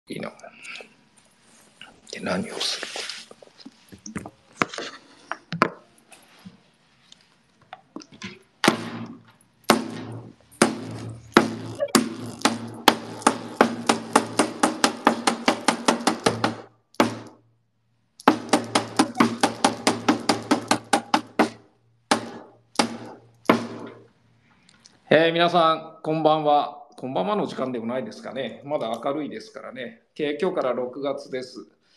いいな。で、何をするか。皆さん、こんばんは。こんばんはの時間でもないですかね。まだ明るいですからね。今日から6月です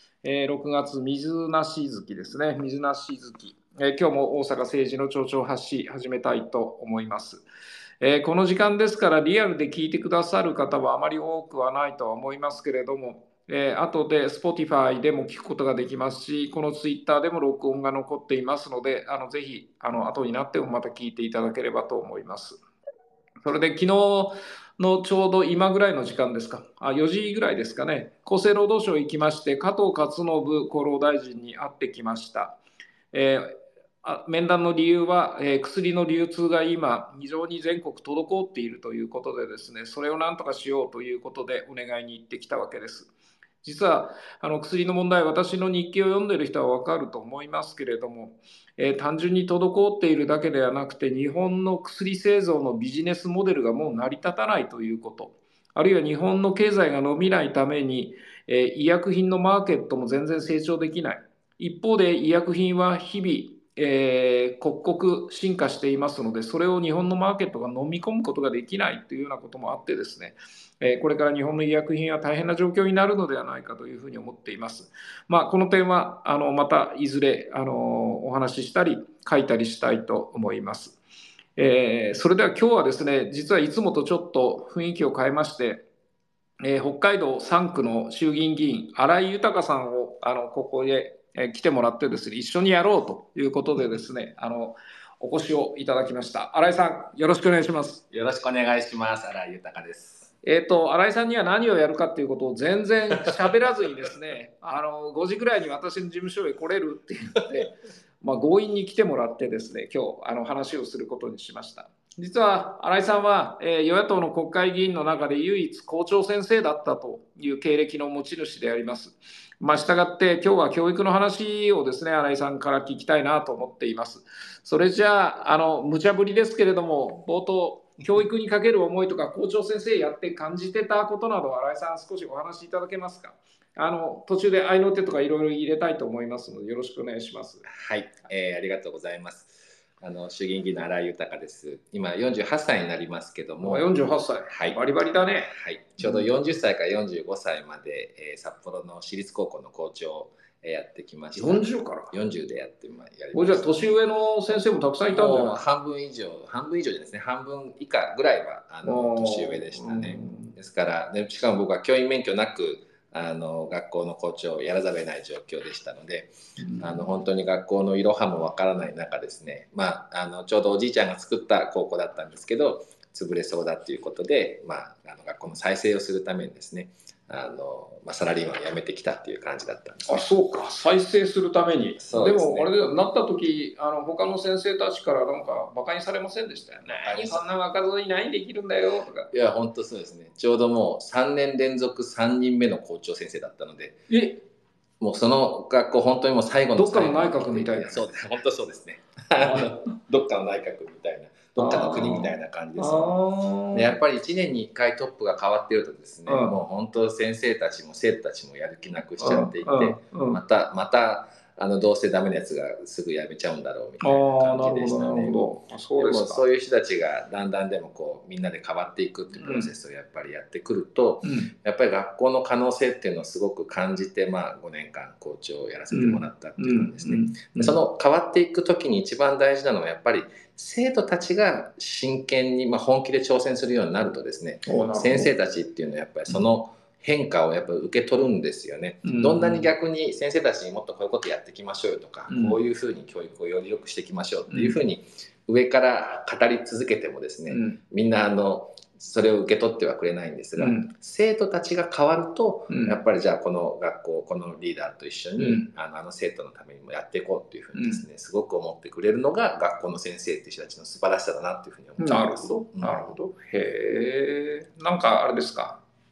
。6月、水無し月ですね。水無し月。今日も大阪政治の丁々発し始めたいと思います。この時間ですからリアルで聞いてくださる方はあまり多くはないとは思いますけれども、後で Spotify でも聞くことができますし、この Twitter でも録音が残っていますので、ぜひ後になってもまた聞いていただければと思います。それで昨日のちょうど今ぐらいの時間ですか、4時ぐらいですかね、厚生労働省行きまして、加藤勝信厚労大臣に会ってきました。面談の理由は、薬の流通が今、非常に全国滞っているということでですね、それをなんとかしようということでお願いに行ってきたわけです。実は薬の問題、私の日記を読んでいる人は分かると思いますけれども、単純に滞っているだけではなくて、日本の薬製造のビジネスモデルがもう成り立たないということ、あるいは日本の経済が伸びないために、医薬品のマーケットも全然成長できない。一方で医薬品は日々、刻々進化していますので、それを日本のマーケットが飲み込むことができないというようなこともあってですね、これから日本の医薬品は大変な状況になるのではないかというふうに思っています。この点はまたいずれお話ししたり書いたりしたいと思います。それでは今日はですね、実はいつもとちょっと雰囲気を変えまして、北海道3区の衆議院議員、新井豊さんをここへ来てもらってですね、一緒にやろうということでですね、お越しをいただきました。新井さん、よろしくお願いします。 よろしくお願いします。新井豊です。 新井さんには何をやるかっていうことを全然喋らずにですね、5時ぐらいに私の事務所へ来れるって言って、強引に来てもらってですね、今日話をすることにしました。実は新井さんは、与野党の国会議員の中で唯一校長先生だったという経歴の持ち主であります。したがって今日は教育の話をですね、新井さんから聞きたいなと思っています。それじゃあ、無茶ぶりですけれども、冒頭、教育にかける思いとか校長先生やって感じてたことなど、新井さん少しお話しいただけますか。途中で合いの手とかいろいろ入れたいと思いますので、よろしくお願いします。 はい、ありがとうございます。衆議院議員の新井豊です。今48歳になりますけども。 48歳、はい、バリバリだね。 はい、ちょうど40歳から45歳まで、札幌の私立高校の校長をやってきました。 40から 40でやりました。 じゃあ年上の先生もたくさんいたんじゃない？ 半分以上じゃないですね。半分以下ぐらいは年上でしたね。ですからで、しかも僕は教員免許なく学校の校長をやらざるを得ない状況でしたので、本当に学校のいろはもわからない中ですね、ちょうどおじいちゃんが作った高校だったんですけど、潰れそうだということで、学校の再生をするためにですね、サラリーマンを辞めてきたっていう感じだったんです、ね。 そうか、再生するために。 そうですね、 でもあれでなった時他の先生たちからなんかバカにされませんでしたよね。そんな若造に何できるんだよとか。 いや本当そうですね。ちょうどもう3年連続3人目の校長先生だったので、もうその学校本当にもう最後のどっかの内閣みたいな。 そうです、本当そうですね。どっかの内閣みたいな、どっかの国みたいな感じですね。でやっぱり1年に1回トップが変わっているとですね、もう本当先生たちも生徒たちもやる気なくしちゃっていて、またどうせダメなやつがすぐ辞めちゃうんだろうみたいな感じでしたね。でもそういう人たちがだんだんでもこうみんなで変わっていくっていうプロセスをやっぱりやってくると、やっぱり学校の可能性っていうのをすごく感じて、5年間校長をやらせてもらったっていう感じですね。その変わっていく時に一番大事なのはやっぱり生徒たちが真剣に、本気で挑戦するようになるとですね、先生たちっていうのはやっぱりその変化をやっぱり受け取るんですよね。どんなに逆に先生たちにもっとこういうことやっていきましょうよとか、こういうふうに教育をより良くしていきましょうっていうふうに上から語り続けてもですね、みんなそれを受け取ってはくれないんですが、生徒たちが変わると、やっぱりじゃあこの学校このリーダーと一緒に、生徒のためにもやっていこうっていうふうにですね、すごく思ってくれるのが学校の先生っていう人たちの素晴らしさだなっていうふうに思っています。 なるほど。へえ。なんかあれですか、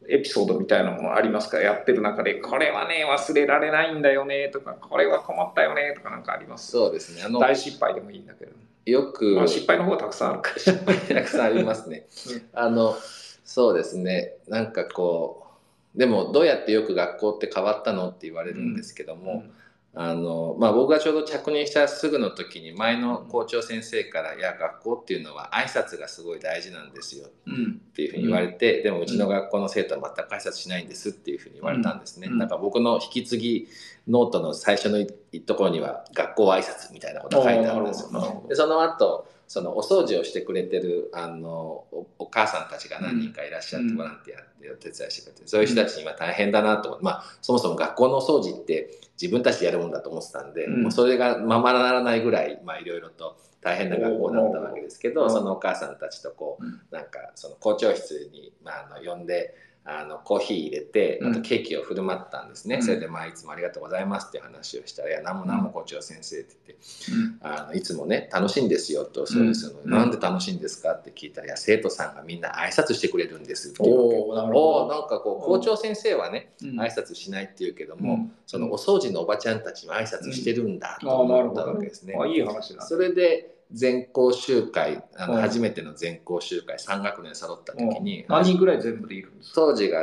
エピソードみたいなものありますか？やってる中でこれはね忘れられないんだよねとか、これは困ったよねとかなんかあります？ そうですね。 大失敗でもいいんだけど。 よく、 失敗の方がたくさんあるから。 失敗たくさんありますね。そうですね。なんかこう、でもどうやってよく学校って変わったのって言われるんですけども、僕がちょうど着任したすぐの時に前の校長先生から「いや学校っていうのは挨拶がすごい大事なんですよ」っていうふうに言われて、でもうちの学校の生徒は全く挨拶しないんですっていうふうに言われたんですね。なんか僕の引き継ぎノートの最初のところには学校挨拶みたいなことが書いてあるんですよ。でその後そのお掃除をしてくれてるお母さんたちが何人かいらっしゃって、ボランティアでお手伝いしてくれて、そういう人たちには大変だなと思って、そもそも学校のお掃除って自分たちでやるもんだと思ってたんで、もうそれがままならないぐらいいろいろと大変な学校だったわけですけど、そのお母さんたちとこうなんかその校長室に呼んでコーヒー入れて、あとケーキを振る舞ったんですね。それでいつもありがとうございますっていう話をしたら「いや何も校長先生」って言って、いつもね楽しいんですよと。そうですよ、なんで楽しいんですかって聞いたら「いや生徒さんがみんな挨拶してくれるんです」っていうわけ。なんかこう校長先生はね挨拶しないっていうけども、そのお掃除のおばちゃんたちは挨拶してるんだと思ったわけですね。 いい話だ。 それで全校集会、初めての全校集会3学年揃った時に何人ぐらい全部でいるんですか？ 当時が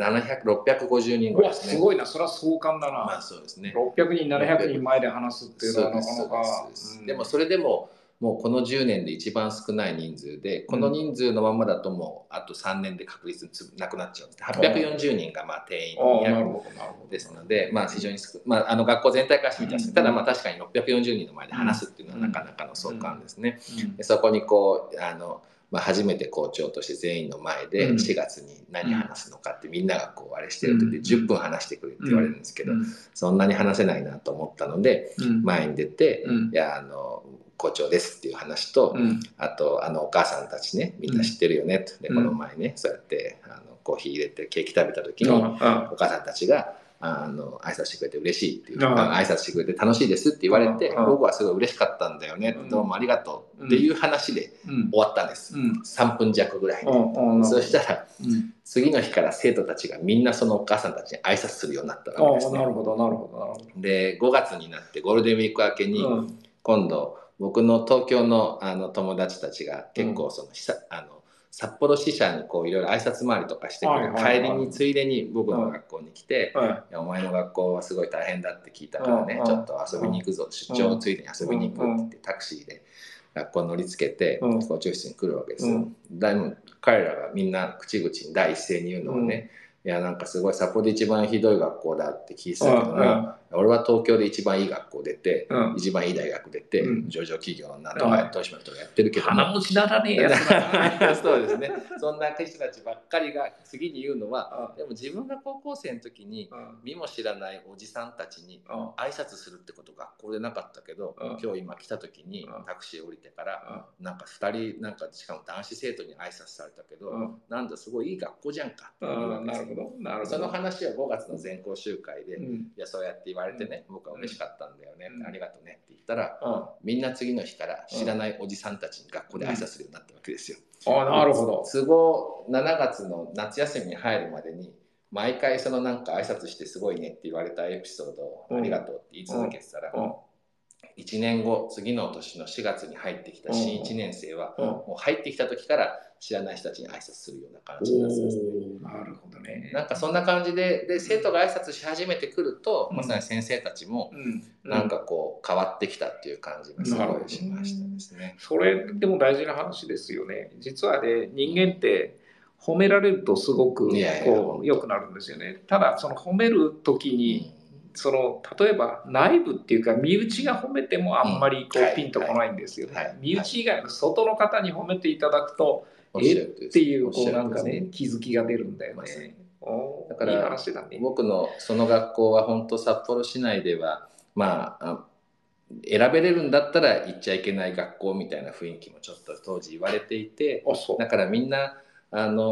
650人ぐらいですね。 すごいな、それは壮観だな。 そうですね。 600人700人前で話すっていうのはなかなか。 でもそれでももうこの10年で一番少ない人数で、この人数のままだともうあと3年で確率なくなっちゃうんです。840人が定員ですので、非常に学校全体からしてみたら、ただ確かに640人の前で話すっていうのはなかなかの壮観ですね。そこにこう初めて校長として全員の前で4月に何話すのかってみんながこうあれしてる時で10分話してくれって言われるんですけど、そんなに話せないなと思ったので前に出て「いや校長です」っていう話と、あとお母さんたちねみんな知ってるよねと。でこの前ねそうやってコーヒー入れてケーキ食べた時にお母さんたちが挨拶してくれて嬉しいっていう、挨拶してくれて楽しいですって言われて、僕はすごい嬉しかったんだよね、どうもありがとうっていう話で終わったんです。3分弱ぐらいで。そしたら次の日から生徒たちがみんなそのお母さんたちに挨拶するようになったわけですね。 なるほどなるほど。 で5月になってゴールデンウィーク明けに今度僕の東京の友達たちが結構その札幌支社にこういろいろ挨拶回りとかしてくる帰りについでに僕の学校に来て「いやお前の学校はすごい大変だって聞いたからねちょっと遊びに行くぞ」出張ついでに遊びに行くって言ってタクシーで学校乗りつけて校長室に来るわけですよ。だいぶ彼らがみんな口々に第一声に言うのはね「いやなんかすごい札幌で一番ひどい学校だって聞いてたけども俺は東京で一番いい学校出て一番いい大学出て上場企業なんとか取締役とかやってるけども鼻持ちならねえやつだそうですね。そんな人たちばっかりが次に言うのはでも自分が高校生の時に見も知らないおじさんたちに挨拶するってこと学校でなかったけど今日今来た時にタクシー降りてからなんか2人なんかしかも男子生徒に挨拶されたけどなんだすごいいい学校じゃんかっていうわけです。その話は5月の全校集会で、いやそうやって言われてね、僕は嬉しかったんだよね、ありがとうねって言ったら、みんな次の日から知らないおじさんたちに学校で挨拶するようになったわけですよ。 なるほど。 都合7月の夏休みに入るまでに毎回そのなんか挨拶してすごいねって言われたエピソードをありがとうって言い続けてたら、1年後次の年の4月に入ってきた新1年生はもう入ってきた時から知らない人たちに挨拶するような感じになってますね。 なるほどね。 なんかそんな感じで生徒が挨拶し始めてくると、まさに先生たちもなんかこう変わってきたっていう感じがすごいしましたですね。 それでも大事な話ですよね。実はね人間って褒められるとすごくこう良くなるんですよね。ただその褒める時に例えば内部っていうか身内が褒めてもあんまりこうピンとこないんですよね。身内以外の外の方に褒めていただくとっていうこうなんかね気づきが出るんだよね。 だから僕のその学校は本当札幌市内では選べれるんだったら行っちゃいけない学校みたいな雰囲気もちょっと当時言われていて、だからみんな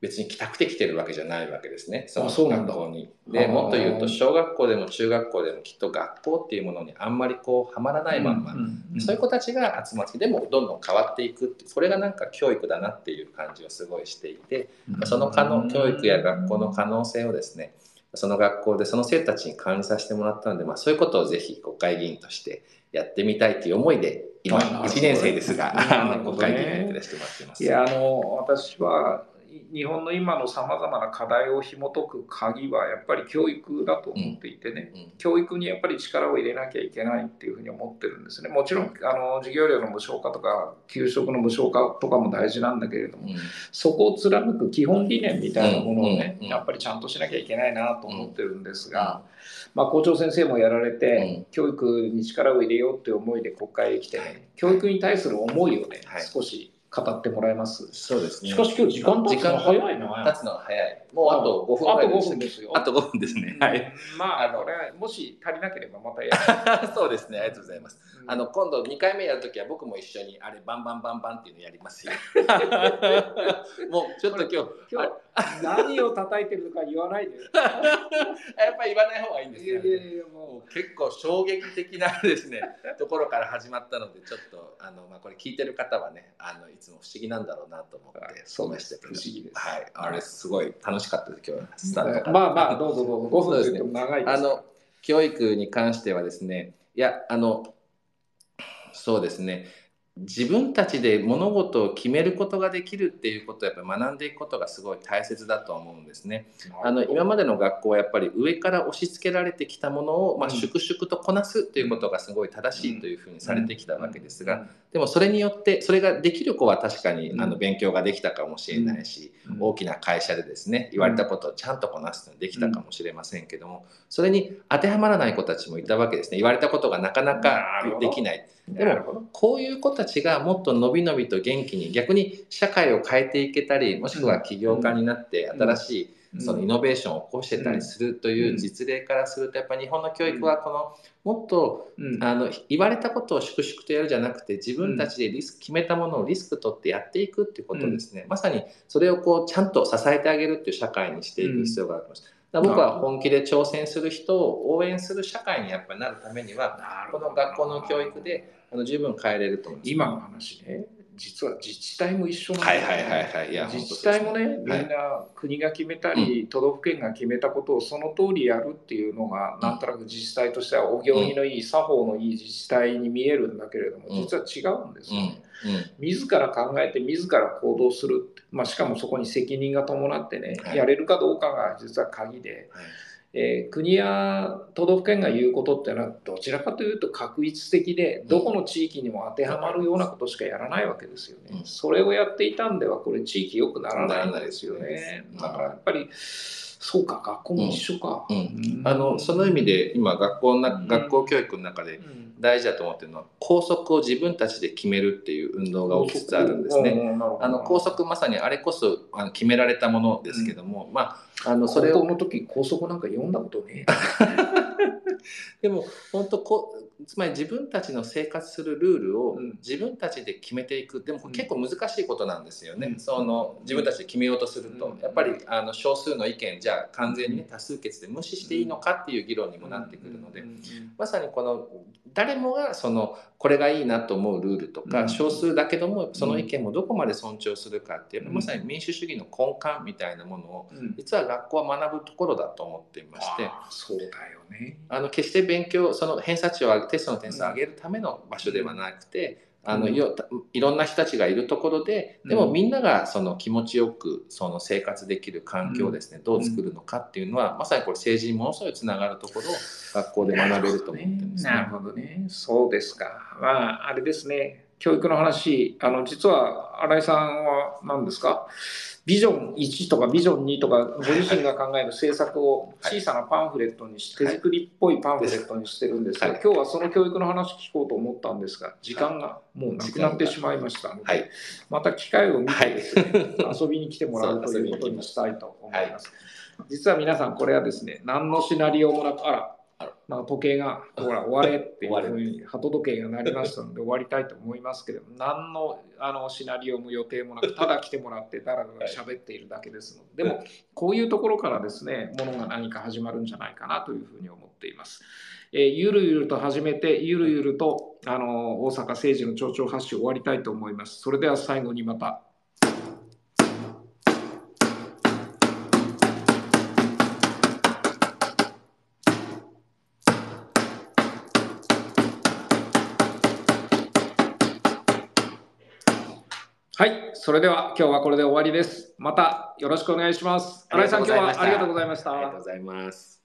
別に来たくて来てるわけじゃないわけですね、そのそうなんだ。 学校に。でもっと言うと小学校でも中学校でもきっと学校っていうものにあんまりこうはまらないまんま、そういう子たちが集まってでもどんどん変わっていくってそれがなんか教育だなっていう感じをすごいしていて、その教育や学校の可能性をですねその学校でその生徒たちに感じさせてもらったので、そういうことをぜひ国会議員としてやってみたいという思いで今1年生ですが、国会議員をやってもらっています。 いや私は日本の今のさまざまな課題を紐解く鍵はやっぱり教育だと思っていてね、教育にやっぱり力を入れなきゃいけないっていうふうに思ってるんですね。もちろん授業料の無償化とか給食の無償化とかも大事なんだけれども、そこを貫く基本理念みたいなものをね、やっぱりちゃんとしなきゃいけないなと思ってるんですが、校長先生もやられて、教育に力を入れようっていう思いで国会へ来てね、教育に対する思いをね、少し語ってもらえます。 そうですね。 しかし今日時間経つの早いな。 経つのが早い。もうあと5分ぐらいですよ。あと5分ですね。はい。 これもし足りなければまたやる。そうですね。ありがとうございます。今度2回目やるときは僕も一緒にあれバンバンバンバンっていうのやりますよ。もうちょっと今日何を叩いてるのか言わないで。 やっぱり言わない方がいいんですよ。もう結構衝撃的なですねところから始まったのでちょっとこれ聞いてる方はねいつも不思議なんだろうなと思ってそうでしたけど。不思議です。 はい。あれすごい楽しかったです今日スタートから。 まあどうぞ5分ですね。長いです。 教育に関してはですねそうですね自分たちで物事を決めることができるっていうことをやっぱり学んでいくことがすごい大切だと思うんですね。今までの学校はやっぱり上から押し付けられてきたものを、粛々とこなすということがすごい正しいというふうにされてきたわけですが、でもそれによってそれができる子は確かに勉強ができたかもしれないし、大きな会社でですね言われたことをちゃんとこなすのができたかもしれませんけども、それに当てはまらない子たちもいたわけですね。言われたことがなかなかできない。でもこういう子たちがもっとのびのびと元気に逆に社会を変えていけたりもしくは起業家になって新しいそのイノベーションを起こしてたりするという実例からするとやっぱり日本の教育はこのもっと言われたことを粛々とやるじゃなくて自分たちで決めたものをリスク取ってやっていくっていうことですね。まさにそれをこうちゃんと支えてあげるっていう社会にしていく必要があります。僕は本気で挑戦する人を応援する社会にやっぱりなるためにはこの学校の教育で十分変えれると思います。 今の話ね、実は自治体も一緒なんですよね。 自治体もね、みんな国が決めたり、都道府県が決めたことをその通りやるっていうのが、なんとなく自治体としてはお行儀のいい、作法のいい自治体に見えるんだけれども、実は違うんですよね。自ら考えて自ら行動する、しかもそこに責任が伴ってね、やれるかどうかが実は鍵で。国や都道府県が言うことっていうのはどちらかというと画一的でどこの地域にも当てはまるようなことしかやらないわけですよね。それをやっていたんではこれ地域良くならないんですよね。だからやっぱりそうか学校も一緒か。 その意味で今学校教育の中で大事だと思っているのは校則を自分たちで決めるっていう運動が起きつつあるんですね。校則まさにあれこそ決められたものですけども、 それを高校の時校則なんか読んだことねでも本当つまり自分たちの生活するルールを自分たちで決めていく。でも結構難しいことなんですよね。自分たちで決めようとするとやっぱり少数の意見じゃあ完全に多数決で無視していいのかっていう議論にもなってくるので、まさにこの誰もがこれがいいなと思うルールとか少数だけどもその意見もどこまで尊重するかっていうまさに民主主義の根幹みたいなものを実は学校は学ぶところだと思っていまして、 そうだよね。 決して勉強偏差値をテストの点数を上げるための場所ではなくて、いろんな人たちがいるところででもみんなが気持ちよく生活できる環境をですね、どう作るのかっていうのはまさにこれ政治にものすごいつながるところを学校で学べると思ってますね。 なるほどね。そうですか。あれですね。教育の話、実は新井さんは何ですか、ビジョン1とかビジョン2とかご自身が考える政策を小さなパンフレットにして、手作りっぽいパンフレットにしてるんですが、今日はその教育の話聞こうと思ったんですが時間がもうなくなってしまいましたので、また機会を見てですね、遊びに来てもらうということにしたいと思います。実は皆さんこれはですね何のシナリオもなく時計がほら終われっていうふうに鳩時計が鳴りましたので終わりたいと思いますけれども、何のシナリオも予定もなくただ来てもらってだらだら喋っているだけですので、でもこういうところからですねものが何か始まるんじゃないかなというふうに思っています。ゆるゆると始めてゆるゆると大阪政治の丁々発信終わりたいと思います。それでは最後にまた。はい、それでは今日はこれで終わりです。またよろしくお願いします。新井さん、今日はありがとうございました。 ありがとうございます。